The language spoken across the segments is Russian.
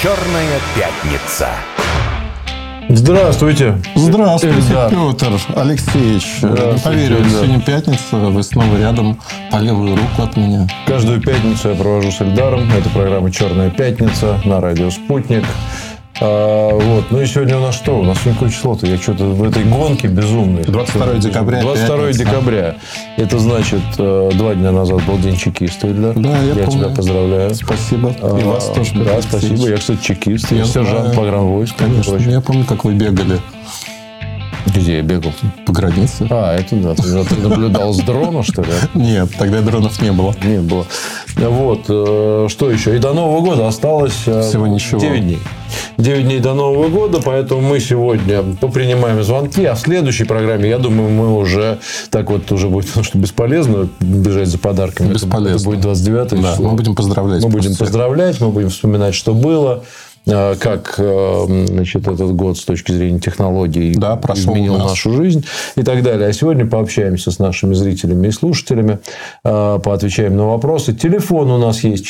Черная пятница. Здравствуйте. Здравствуйте, Петр Алексеевич. Не поверю, сегодня пятница, вы снова рядом по левую руку от меня. Каждую пятницу я провожу с Эльдаром. Это программа «Черная пятница» на радио «Спутник». Ну и сегодня у нас что? У нас какое число-то? Я что-то в этой гонке безумной. 22 декабря. 22 декабря. Это значит, 2 дня назад был День чекиста, Эльдар. Да, я помню. Тебя поздравляю. Спасибо. И вас тоже. Да, спасибо. Я, кстати, чекист. Я сержант погранвойск. Конечно. Я помню, как вы бегали. Где я бегал? По границе. Это да. Ты наблюдал с дрона, что ли? Нет, тогда дронов не было. Не было. Что еще? И до Нового года осталось всего ничего. 9 дней. 9 дней до Нового года, поэтому мы сегодня попринимаем звонки, а в следующей программе, я думаю, мы уже так вот уже будет, что бесполезно бежать за подарками. Бесполезно. Это будет 29 число. Да, мы будем поздравлять. Мы будем поздравлять, мы будем вспоминать, что было. Как этот год с точки зрения технологий изменил нашу жизнь и так далее. А сегодня пообщаемся с нашими зрителями и слушателями, поотвечаем на вопросы. Телефон у нас есть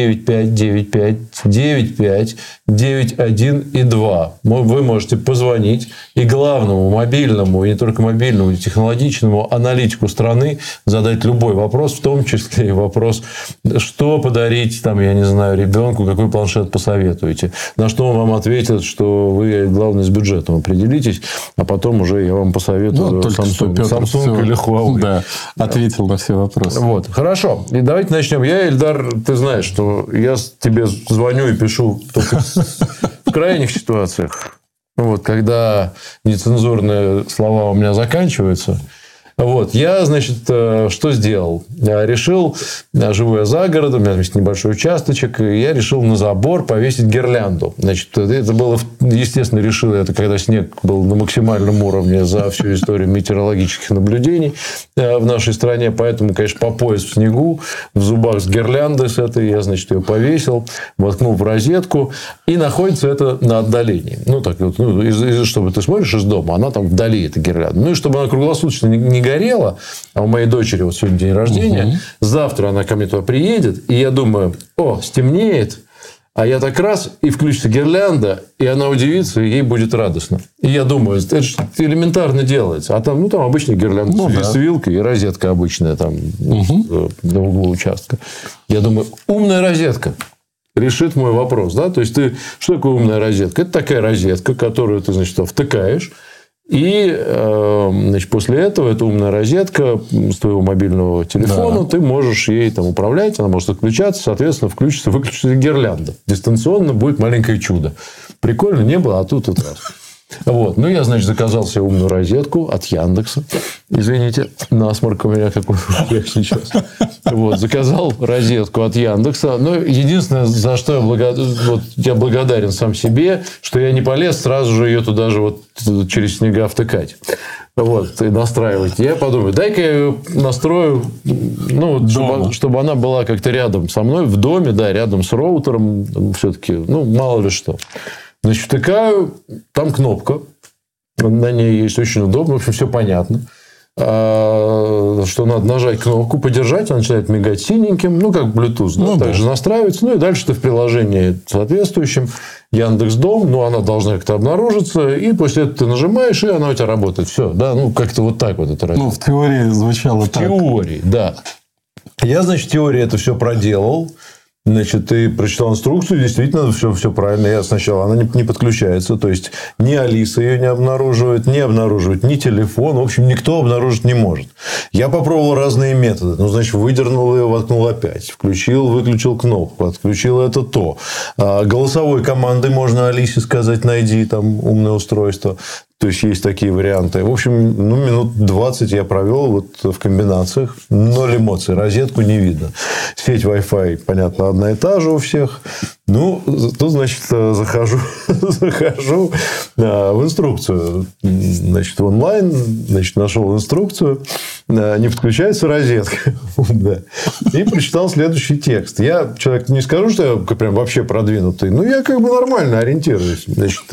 495-95-95-91 и 2. Вы можете позвонить и главному мобильному, и не только мобильному, и технологичному аналитику страны задать любой вопрос, в том числе и вопрос, что подарить, ребенку, какой планшет посоветуете. На что он вам ответит, что вы, главное, с бюджетом определитесь, а потом уже я вам посоветую Samsung или Huawei. Да, ответил на все вопросы. Хорошо. И давайте начнем. Я, Эльдар, ты знаешь, что я тебе звоню и пишу только в крайних ситуациях. Когда нецензурные слова у меня заканчиваются. Я, что сделал? Я решил, живу я за городом, у меня есть небольшой участочек, и я решил на забор повесить гирлянду. Это было, естественно, решил это, когда снег был на максимальном уровне за всю историю метеорологических наблюдений в нашей стране. Поэтому, конечно, по пояс в снегу, в зубах с гирляндой с этой, я, ее повесил, воткнул в розетку, и находится это на отдалении. Чтобы ты смотришь из дома, она там вдали, эта гирлянда. И чтобы она круглосуточно не горела, а у моей дочери сегодня день рождения, завтра она ко мне туда приедет, и я думаю, стемнеет, а я так раз, и включится гирлянда, и она удивится, и ей будет радостно. И я думаю, это же элементарно делается. А там обычная гирлянда с вилкой и розетка обычная там на углу участка. Я думаю, умная розетка решит мой вопрос. Да? То есть, что такое умная розетка? Это такая розетка, которую ты, втыкаешь. И после этого эта умная розетка с твоего мобильного телефона, ты можешь ей управлять, она может отключаться, соответственно, выключится гирлянда. Дистанционно будет маленькое чудо. Прикольно не было, а тут раз. Я, заказал себе умную розетку от Яндекса. Извините, насморк у меня какой сейчас. Заказал розетку от Яндекса. Но единственное, за что я благодарен сам себе, что я не полез сразу же ее туда же через снега втыкать. И настраивать. Я подумаю, дай-ка я ее настрою, чтобы она была как-то рядом со мной, в доме, рядом с роутером. Все-таки, мало ли что. Втыкаю, там кнопка, на ней есть очень удобно, в общем, все понятно. Что надо нажать кнопку, подержать, она начинает мигать синеньким, как Bluetooth. Также настраивается. И дальше ты в приложении соответствующем Яндекс.Дом, она должна как-то обнаружиться, и после этого ты нажимаешь, и она у тебя работает. Все, как-то так это работает. В теории звучало так. В теории, да. Я, в теории это все проделал. Ты прочитал инструкцию, действительно, все правильно. Я сначала, она не подключается. То есть, ни Алиса ее не обнаруживает ни телефон. В общем, никто обнаружить не может. Я попробовал разные методы. Выдернул ее, воткнул опять. Включил, выключил кнопку. Отключил это то. Голосовой командой можно Алисе сказать, найди умное устройство. То есть, есть такие варианты. В общем, минут 20 я провел в комбинациях. 0 эмоций. Розетку не видно. Сеть Wi-Fi, понятно, одна и та же у всех. Тут, захожу в инструкцию. В онлайн, нашел инструкцию. Не подключается розетка. И прочитал следующий текст. Я человек, не скажу, что я прям вообще продвинутый. Я нормально ориентируюсь.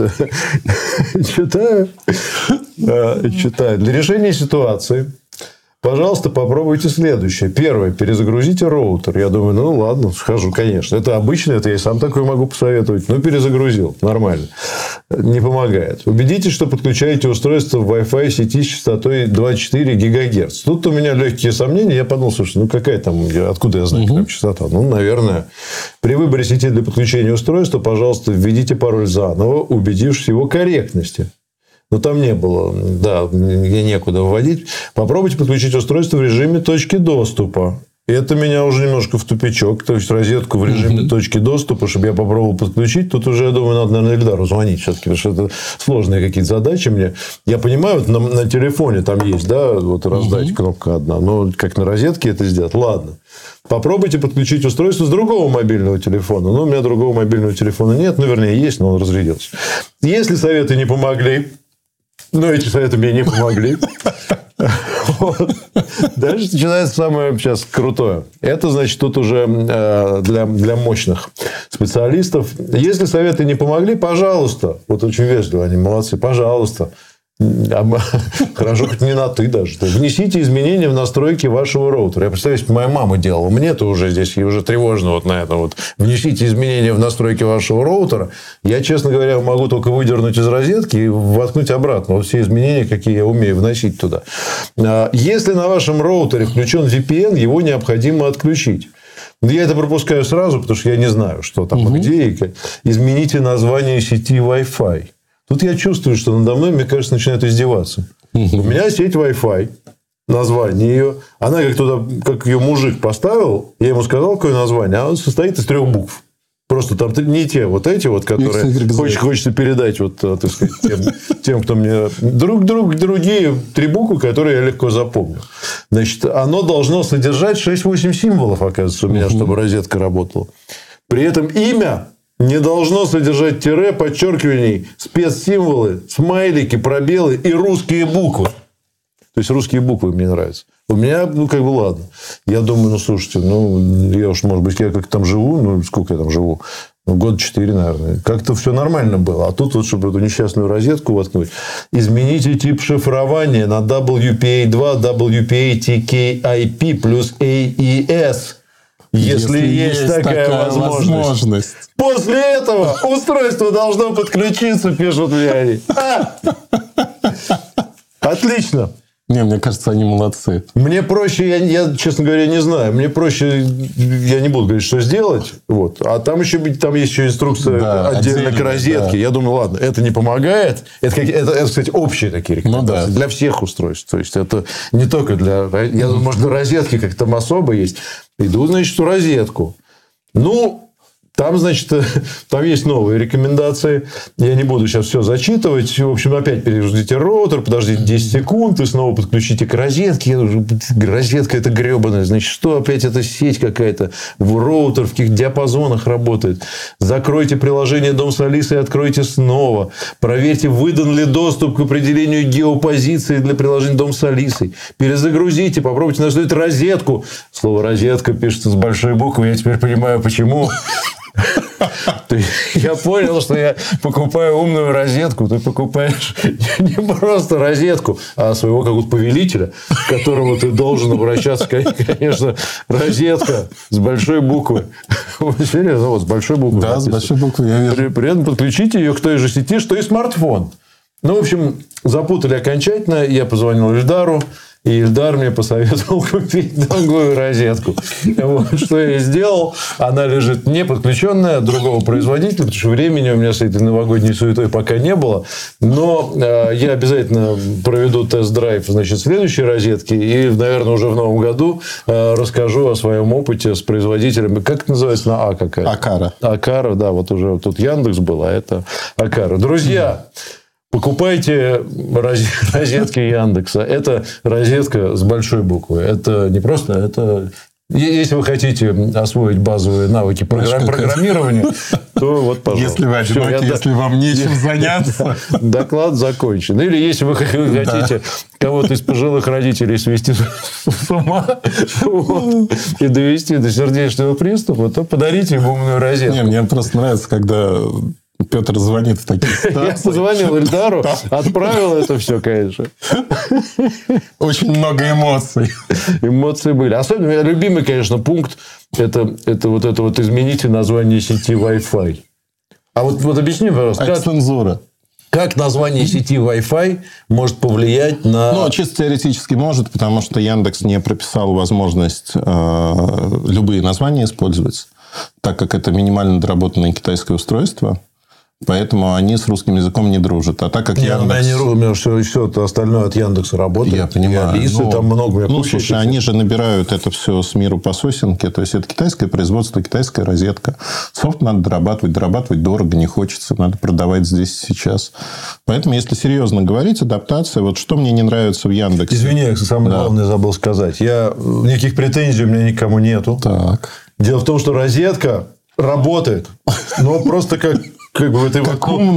Читаю. Для решения ситуации Пожалуйста, попробуйте следующее. Первое. Перезагрузите роутер. Я думаю, ну ладно, схожу, конечно. Это обычно, это я сам такой могу посоветовать. Ну, перезагрузил. Нормально. Не помогает. Убедитесь, что подключаете устройство в Wi-Fi сети с частотой 24 ГГц. Тут у меня легкие сомнения. Я подумал, слушай, ну какая там, откуда я знаю, какая там частота? Ну, наверное. При выборе сети для подключения устройства, пожалуйста, введите пароль заново, убедившись в его корректности. Но там не было, да, некуда вводить. Попробуйте подключить устройство в режиме точки доступа. Это меня уже немножко в тупичок. То есть, розетку в режиме точки доступа, чтобы я попробовал подключить. Тут уже, я думаю, надо, наверное, Ильдару звонить все-таки. Потому что это сложные какие-то задачи мне. Я понимаю, вот на телефоне там есть, да, вот раздать кнопка одна. Но как на розетке это сделать? Ладно. Попробуйте подключить устройство с другого мобильного телефона. Ну, у меня другого мобильного телефона нет. Ну, вернее, есть, но он разрядился. Если советы не помогли... Но эти советы мне не помогли. Дальше начинается самое сейчас крутое. Это, значит, тут уже для мощных специалистов. Если советы не помогли, пожалуйста. Вот очень вежливо, они молодцы. Пожалуйста. Хорошо, хоть не на «ты» даже. Внесите изменения в настройки вашего роутера. Я представляю, если бы моя мама делала. Мне-то уже здесь и уже тревожно вот на это. Вот. Внесите изменения в настройки вашего роутера. Я, честно говоря, могу только выдернуть из розетки и воткнуть обратно. Вот все изменения, какие я умею вносить туда. Если на вашем роутере включен VPN, его необходимо отключить. Я это пропускаю сразу, потому что я не знаю, что там, где и как. Измените название сети Wi-Fi. Тут я чувствую, что надо мной, мне кажется, начинают издеваться. У меня сеть Wi-Fi, название ее. Она как ее мужик поставил, я ему сказал, какое название, а он состоит из 3 букв. Просто там не те вот эти, вот, которые хочется передать вот, так сказать, тем, кто мне... Другие 3 буквы, которые я легко запомню. Значит, оно должно содержать 6-8 символов, оказывается, у меня, чтобы розетка работала. При этом имя... не должно содержать тире, подчеркиваний, спецсимволы, смайлики, пробелы и русские буквы. То есть, русские буквы мне нравятся. У меня, ладно. Я думаю, слушайте, я уж, может быть, я как там живу, сколько я там живу? 4 года, наверное. Как-то все нормально было. А тут, вот, чтобы эту несчастную розетку воткнуть. Измените тип шифрования на WPA2, WPA-TK-IP плюс AES. Если есть такая возможность. После этого устройство должно подключиться, пишут мне они. Отлично. Не, мне кажется, они молодцы. Мне проще, я, честно говоря, не знаю. Мне проще, я не буду говорить, что сделать. Вот. А там есть еще инструкция отдельно к розетке. Да. Я думаю, ладно, это не помогает. Это, кстати, общие такие рекомендации. Для всех устройств. То есть, это не только для... Я думаю, может, для розетки как-то там особо есть. Иду, значит, в розетку. Там, значит, там есть новые рекомендации. Я не буду сейчас все зачитывать. В общем, опять перегрузите роутер, подождите 10 секунд, и снова подключите к розетке. Розетка это гребаная. Значит, что опять эта сеть какая-то? Роутер в каких диапазонах работает. Закройте приложение Дом с Алисой и откройте снова. Проверьте, выдан ли доступ к определению геопозиции для приложения Дом с Алисой. Перезагрузите, попробуйте настроить розетку. Слово «розетка» пишется с большой буквы. Я теперь понимаю, почему. Я понял, что я покупаю умную розетку. Ты покупаешь не просто розетку, а своего какого-то повелителя, к которому ты должен обращаться. Конечно, розетка с большой буквы. Серьезно, с большой буквы. Да, с большой буквы, я вижу. При этом подключите ее к той же сети, что и смартфон. В общем, запутали окончательно. Я позвонил Ильдару. И Ильдар мне посоветовал купить другую розетку. Что я сделал? Она лежит не подключенная от другого производителя, потому что времени у меня с этой новогодней суетой пока не было. Но я обязательно проведу тест-драйв, следующей розетки. И, наверное, уже в новом году расскажу о своем опыте с производителем. Как это называется? На А какая-то? Акара. Акара, да. Вот уже тут Яндекс был, а это Акара. Друзья, покупайте розетки Яндекса. Это розетка с большой буквы. Это не просто... Это... Если вы хотите освоить базовые навыки программирования, то вот, пожалуйста. Если вы одиноки, если вам нечем заняться. Доклад закончен. Или если вы хотите кого-то из пожилых родителей свести с ума и довести до сердечного приступа, то подарите ему умную розетку. Мне просто нравится, когда... Петр звонит в такие ситуации. Я позвонил Ильдару, отправил это все, конечно. Очень много эмоций. Эмоции были. Особенно любимый, конечно, пункт это вот измените название сети Wi-Fi. А вот объясни, пожалуйста, Цензура. Как название сети Wi-Fi может повлиять на... Ну, чисто теоретически может, потому что Яндекс не прописал возможность любые названия использовать, так как это минимально доработанное китайское устройство. Поэтому они с русским языком не дружат. А так как все остальное от Яндекса работает. Я понимаю. Алисы, там много. Слушай, они же набирают это все с миру по сосенке. То есть, это китайское производство, китайская розетка. Софт надо дорабатывать. Дорабатывать дорого, не хочется. Надо продавать здесь и сейчас. Поэтому, если серьезно говорить, адаптация. Вот что мне не нравится в Яндексе. Извини, я самое главное забыл сказать. Никаких претензий у меня никому нету. Так. Дело в том, что розетка работает. Но просто как бы ты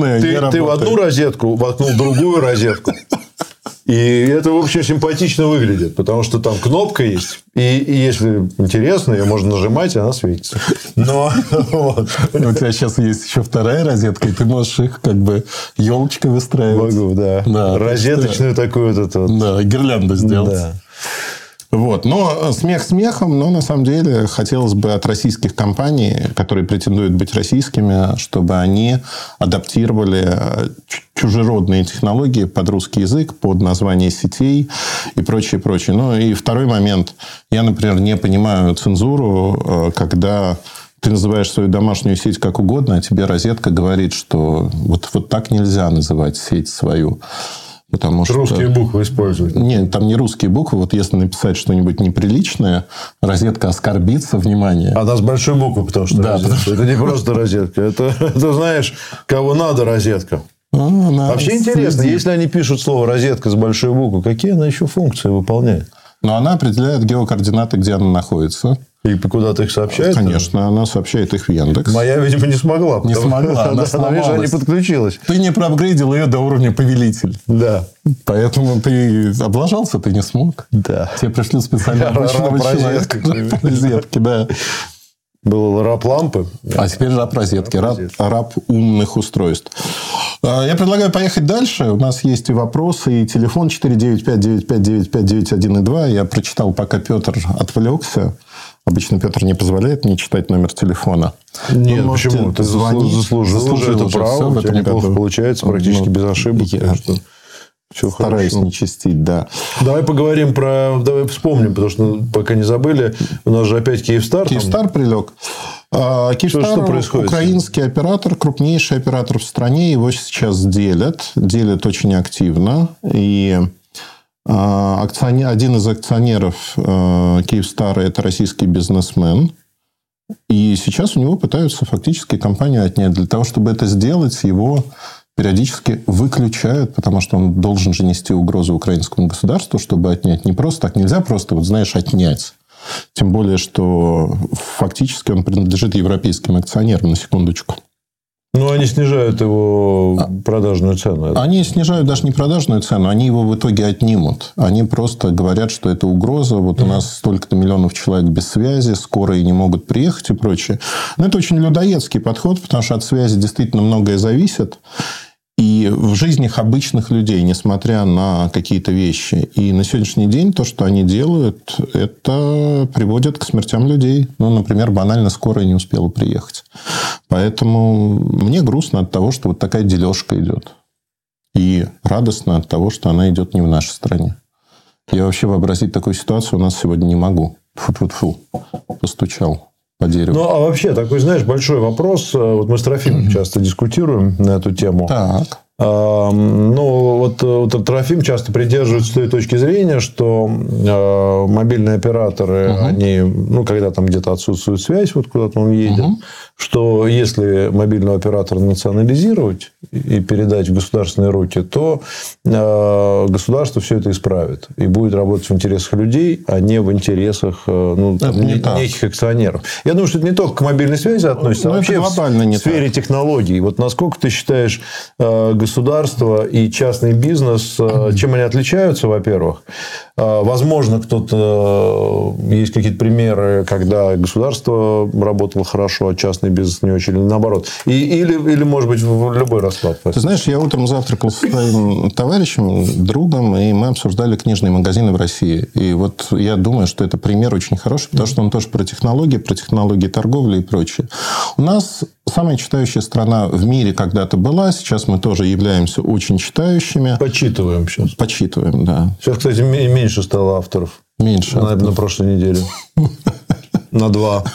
в одну розетку воткнул другую розетку. И это, в общем, симпатично выглядит. Потому что там кнопка есть. И если интересно, ее можно нажимать, и она светится. Но у тебя сейчас есть еще вторая розетка, и ты можешь их как бы елочкой выстраивать. Могу, да. Розеточную такую вот эту. Да, гирлянду сделать. Да. Вот. Но смех смехом, но на самом деле хотелось бы от российских компаний, которые претендуют быть российскими, чтобы они адаптировали чужеродные технологии под русский язык, под название сетей и прочее, прочее. Ну и второй момент. Я, например, не понимаю цензуру, когда ты называешь свою домашнюю сеть как угодно, а тебе розетка говорит, что вот так нельзя называть сеть свою. Потому что... Русские буквы используют. Нет, там не русские буквы. Вот если написать что-нибудь неприличное, розетка оскорбится, внимание. Она с большой буквы, потому что розетка. Это не просто розетка. Это знаешь, кого надо розетка. Вообще интересно, если они пишут слово розетка с большой буквы, какие она еще функции выполняет? Но она определяет геокоординаты, где она находится. И куда ты их сообщаешь? Конечно, она сообщает их в Яндекс. Моя, видимо, не смогла. Не смогла, она сломалась. Она не подключилась. Ты не проапгрейдил ее до уровня повелитель. Да. Поэтому ты облажался, ты не смог. Да. Тебе пришли специально обученного человека. Розетки, да. Был раб лампы. А теперь раб розетки. Раб умных устройств. Я предлагаю поехать дальше. У нас есть и вопросы, и телефон 495-95-95-91-2. Я прочитал, пока Петр отвлекся. Обычно Петр не позволяет мне читать номер телефона. Нет, почему? Ты заслужил это право. У тебя неплохо получается, практически без ошибок. Стараюсь не чистить, да. Давай вспомним, потому что пока не забыли. У нас же опять Киевстар. Киевстар прилег. Киевстар – украинский оператор, крупнейший оператор в стране. Его сейчас делят. Делят очень активно. И один из акционеров Киевстара – это российский бизнесмен. И сейчас у него пытаются фактически компанию отнять. Для того, чтобы это сделать, его периодически выключают, потому что он должен же нести угрозу украинскому государству, чтобы отнять. Не просто так. Нельзя просто, отнять. Тем более, что фактически он принадлежит европейским акционерам, на секундочку. Ну, они снижают его продажную цену. Они снижают даже не продажную цену, они его в итоге отнимут. Они просто говорят, что это угроза. Вот у нас столько-то миллионов человек без связи, скорые не могут приехать и прочее. Но это очень людоедский подход, потому что от связи действительно многое зависит. И в жизнях обычных людей, несмотря на какие-то вещи. И на сегодняшний день то, что они делают, это приводит к смертям людей. Ну, например, банально скорая не успела приехать. Поэтому мне грустно от того, что вот такая дележка идет. И радостно от того, что она идет не в нашей стране. Я вообще вообразить такую ситуацию у нас сегодня не могу. Фу-фу-фу. Постучал по дереву. Ну, а вообще, такой, знаешь, большой вопрос. Вот мы с Трофимом часто дискутируем на эту тему. Так. Ну, вот Трофим часто придерживается той точки зрения, что мобильные операторы, они, когда там где-то отсутствует связь, вот куда-то он едет, что если мобильного оператора национализировать и передать в государственные руки, то государство все это исправит и будет работать в интересах людей, а не в интересах неких акционеров. Я думаю, что это не только к мобильной связи относится, а вообще в сфере технологий. Вот насколько ты считаешь, государство и частный бизнес, чем они отличаются, во-первых? Возможно, есть какие-то примеры, когда государство работало хорошо, а частный частный бизнес не очень, или наоборот. Или, может быть, в любой расклад. Ты знаешь, я утром завтракал со своим товарищем, другом, и мы обсуждали книжные магазины в России. И вот я думаю, что это пример очень хороший, потому что он тоже про технологии торговли и прочее. У нас самая читающая страна в мире когда-то была. Сейчас мы тоже являемся очень читающими. Почитываем сейчас. Почитываем, да. Сейчас, кстати, меньше стало авторов. Меньше. На прошлой неделе. На 2.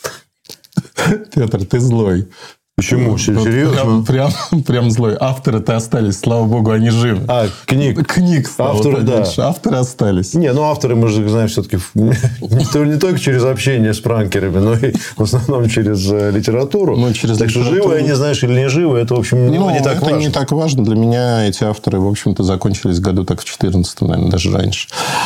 Петр, ты злой. Почему? Серьезно? Прям злой. Авторы-то остались, слава богу, они живы. Книг. Авторы, да. Авторы остались. Авторы, мы же знаем, все-таки не только через общение с пранкерами, но и в основном через литературу. Так что живы они, знаешь, или не живы, это, в общем, не так важно. Это не так важно. Для меня эти авторы, в общем-то, закончились году так в 2014, наверное, даже раньше.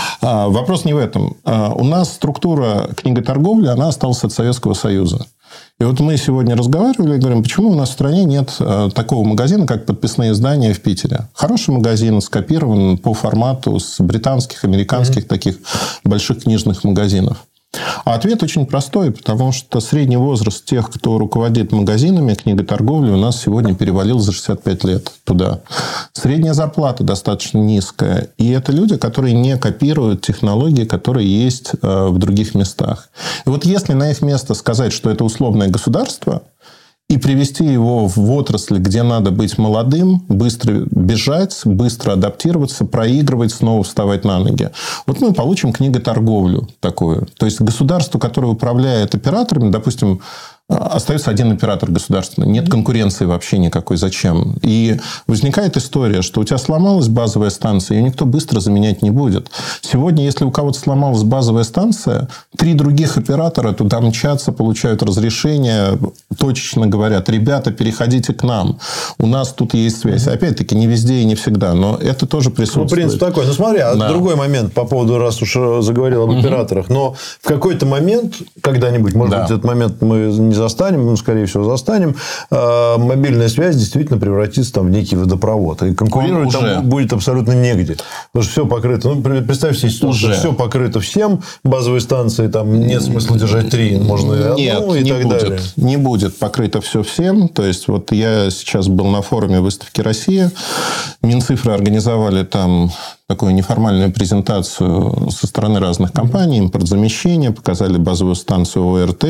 Вопрос не в этом. У нас структура книготорговли, она осталась от Советского Союза. И вот мы сегодня разговаривали и говорим, почему у нас в стране нет такого магазина, как подписные издания в Питере. Хороший магазин, скопирован по формату с британских, американских таких больших книжных магазинов. А ответ очень простой, потому что средний возраст тех, кто руководит магазинами книготорговли, у нас сегодня перевалил за 65 лет туда. Средняя зарплата достаточно низкая. И это люди, которые не копируют технологии, которые есть в других местах. И вот если на их место сказать, что это условное государство, и привести его в отрасль, где надо быть молодым, быстро бежать, быстро адаптироваться, проигрывать, снова вставать на ноги. Вот мы получим книготорговлю такую. То есть, государство, которое управляет операторами, допустим, остается один оператор государственный. Нет конкуренции вообще никакой. Зачем? И возникает история, что у тебя сломалась базовая станция, ее никто быстро заменять не будет. Сегодня, если у кого-то сломалась базовая станция, 3 других оператора туда мчатся, получают разрешение, точечно говорят, ребята, переходите к нам. У нас тут есть связь. Опять-таки, не везде и не всегда, но это тоже присутствует. Принцип такой. Смотри, другой момент по поводу, раз уж заговорил об операторах. Но в какой-то момент, когда-нибудь, может быть, этот момент мы не застанем, мы, скорее всего, застанем, мобильная связь действительно превратится в некий водопровод. И конкурировать там будет абсолютно негде. Потому что все покрыто. Представь себе ситуацию, все покрыто всем. Базовые станции, там нет смысла держать 3, можно и одну, и так далее. Не будет покрыто все всем. То есть, вот я сейчас был на форуме выставки «Россия». Минцифры организовали там такую неформальную презентацию со стороны разных компаний, импортзамещение, показали базовую станцию ОРТ,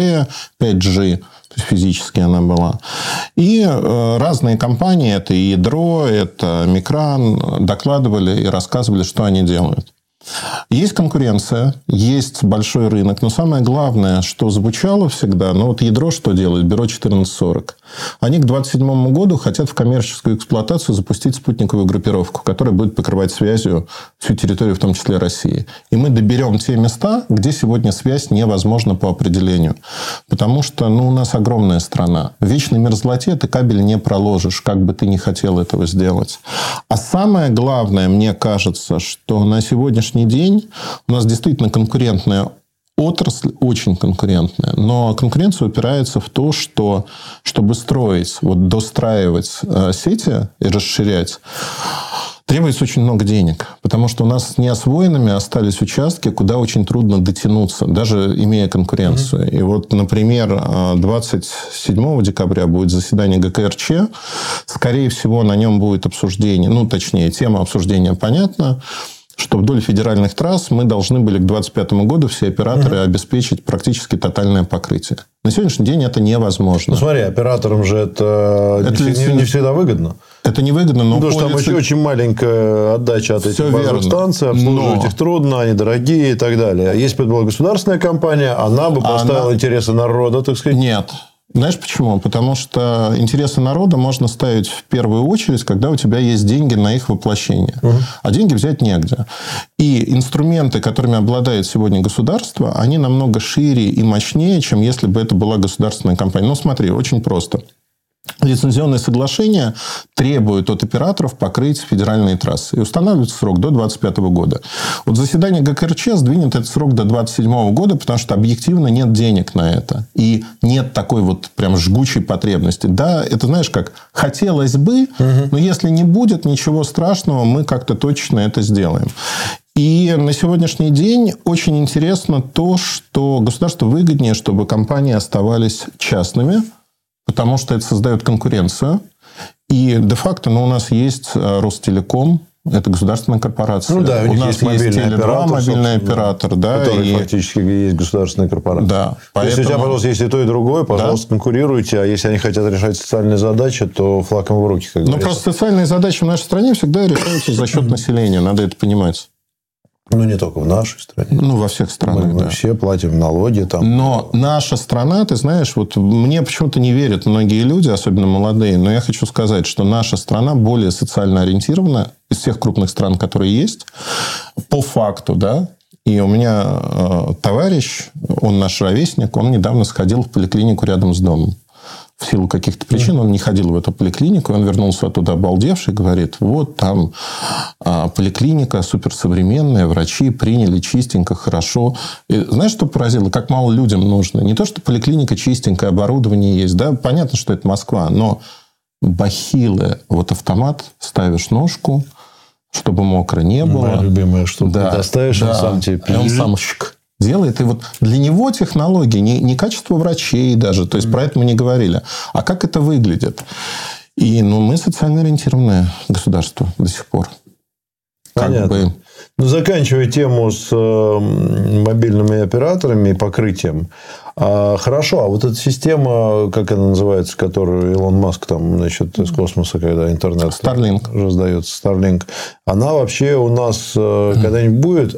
5G, то есть физически она была. И разные компании, это и Ядро, это Микран, докладывали и рассказывали, что они делают. Есть конкуренция, есть большой рынок, но самое главное, что звучало всегда, вот Ядро что делает? Бюро 1440. Они к 2027 году хотят в коммерческую эксплуатацию запустить спутниковую группировку, которая будет покрывать связью всю территорию, в том числе России. И мы доберем те места, где сегодня связь невозможна по определению. Потому что у нас огромная страна. В вечной мерзлоте ты кабель не проложишь, как бы ты ни хотел этого сделать. А самое главное, мне кажется, что на сегодняшний день у нас действительно конкурентная отрасль, очень конкурентная. Но конкуренция упирается в то, что чтобы строить, достраивать сети и расширять, требуется очень много денег. Потому что у нас неосвоенными остались участки, куда очень трудно дотянуться, даже имея конкуренцию. И вот, например, 27 декабря будет заседание ГКРЧ. Скорее всего, на нем будет обсуждение, точнее, тема обсуждения понятна, что вдоль федеральных трасс мы должны были к 2025 году все операторы обеспечить практически тотальное покрытие. На сегодняшний день это невозможно. Смотри, операторам же это не всегда выгодно. Это невыгодно, но... Потому что там еще очень маленькая отдача от этих базовых станций, обслуживать их трудно, они дорогие и так далее. Если бы это была государственная компания, она бы поставила интересы народа, так сказать. Нет. Знаешь почему? Потому что интересы народа можно ставить в первую очередь, когда у тебя есть деньги на их воплощение. А деньги взять негде. И инструменты, которыми обладает сегодня государство, они намного шире и мощнее, чем если бы это была государственная компания. Смотри, очень просто. Лицензионные соглашения требуют от операторов покрыть федеральные трассы. И устанавливается срок до 2025 года. Вот заседание ГКРЧ сдвинет этот срок до 2027 года, потому что объективно нет денег на это. И нет такой прям жгучей потребности. Да, это знаешь как, хотелось бы, но если не будет ничего страшного, мы как-то точно это сделаем. И на сегодняшний день очень интересно то, что государству выгоднее, чтобы компании оставались частными, потому что это создает конкуренцию. И де-факто у нас есть Ростелеком, это государственная корпорация. Ну да, у нас есть Теле2, мобильный оператор, да, который фактически есть государственная корпорация. Да, поэтому... Если у тебя, пожалуйста, есть и то, и другое, пожалуйста, конкурируйте. А если они хотят решать социальные задачи, то флаг им в руки, как говорится. Просто социальные задачи в нашей стране всегда решаются за счет населения. Надо это понимать. Ну, не только в нашей стране. Ну, во всех странах, мы все платим налоги. Там. Но наша страна, ты знаешь, вот мне почему-то не верят многие люди, особенно молодые, но я хочу сказать, что наша страна более социально ориентирована из всех крупных стран, которые есть, по факту, да. И у меня товарищ, он наш ровесник, он недавно сходил в поликлинику рядом с домом. В силу каких-то причин он не ходил в эту поликлинику, он вернулся оттуда обалдевший, говорит, вот там поликлиника суперсовременная, врачи приняли чистенько, хорошо. И знаешь, что поразило? Как мало людям нужно. Не то, что поликлиника чистенькая, оборудование есть, да, понятно, что это Москва, но бахилы, вот автомат, ставишь ножку, чтобы мокро не было. Моя любимая штука. Да, ты достаешь, да, он сам тебе он сам делает. И вот для него технологии, не качество врачей даже, то есть про это мы не говорили, а как это выглядит. И мы социально ориентированное государство до сих пор. Понятно. Ну, заканчивая тему с мобильными операторами и покрытием. Хорошо, а вот эта система, как она называется, которую Илон Маск там, значит, из космоса, когда интернет Starlink раздается, Starlink, она вообще у нас когда-нибудь будет?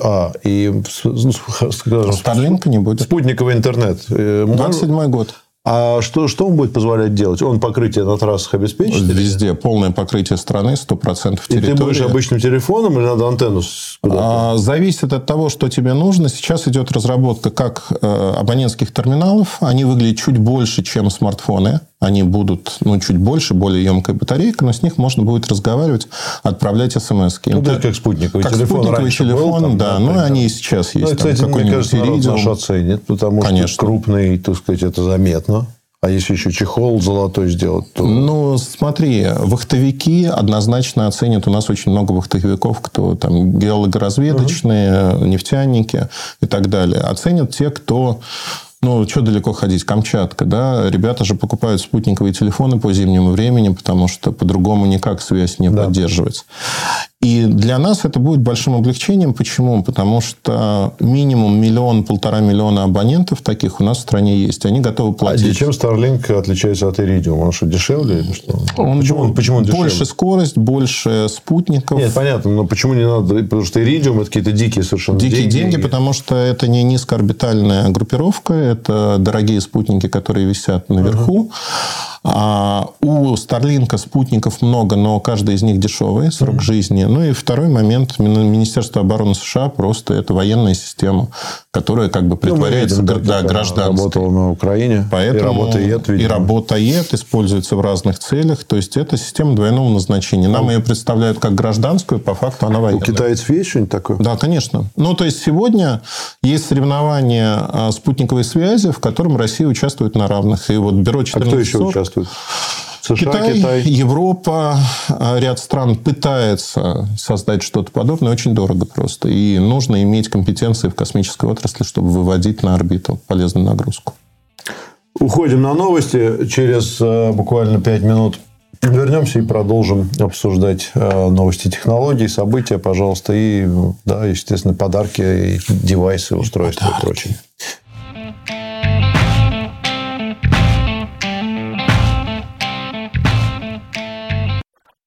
Starlink не будет. Спутниковый интернет. 27-й год. А что он будет позволять делать? Он покрытие на трассах обеспечит? Везде. Полное покрытие страны, 100% территории. И ты будешь обычным телефоном или надо антенну куда-то? Зависит от того, что тебе нужно. Сейчас идет разработка как абонентских терминалов. Они выглядят чуть больше, чем смартфоны. Они будут чуть больше, более емкая батарейка, но с них можно будет разговаривать, отправлять смс-ки. Ну, это как спутниковый телефон. Спутниковый телефон, был, да. Ну, они и сейчас есть. Ну, кстати, мне кажется, народ наш оценит, потому что крупный, так сказать, это заметно. А если еще чехол золотой сделать, то... Ну, смотри, вахтовики однозначно оценят. У нас очень много вахтовиков, кто там геологоразведочные, нефтяники и так далее. Оценят те, кто... что далеко ходить? Камчатка, да? Ребята же покупают спутниковые телефоны по зимнему времени, потому что по-другому никак связь не поддерживать. И для нас это будет большим облегчением. Почему? Потому что минимум 1-1,5 миллиона абонентов таких у нас в стране есть. Они готовы платить. А чем Starlink отличается от Iridium? Он что, дешевле или что? Почему он дешевле? Больше скорость, больше спутников. Нет, понятно. Но почему не надо? Потому что Iridium – это какие-то дикие совершенно деньги. Потому что это не низкоорбитальная группировка. Это дорогие спутники, которые висят наверху. А у Starlink спутников много, но каждый из них дешевый, срок жизни. Ну и второй момент. Министерство обороны США просто это военная система, которая как бы притворяется гражданской. Работала на Украине. Поэтому и работает, используется в разных целях. То есть, это система двойного назначения. Нам ее представляют как гражданскую, по факту она военная. У китайцев есть что-нибудь такое? Да, конечно. То есть, сегодня есть соревнования спутниковой связи, в котором Россия участвует на равных. И вот бюро 1440... А кто еще участвует? США, Китай, Европа, ряд стран пытается создать что-то подобное. Очень дорого просто. И нужно иметь компетенции в космической отрасли, чтобы выводить на орбиту полезную нагрузку. Уходим на новости. Через буквально 5 минут вернемся и продолжим обсуждать новости технологий, события, пожалуйста. И, да, естественно, подарки, и девайсы, устройства и прочее.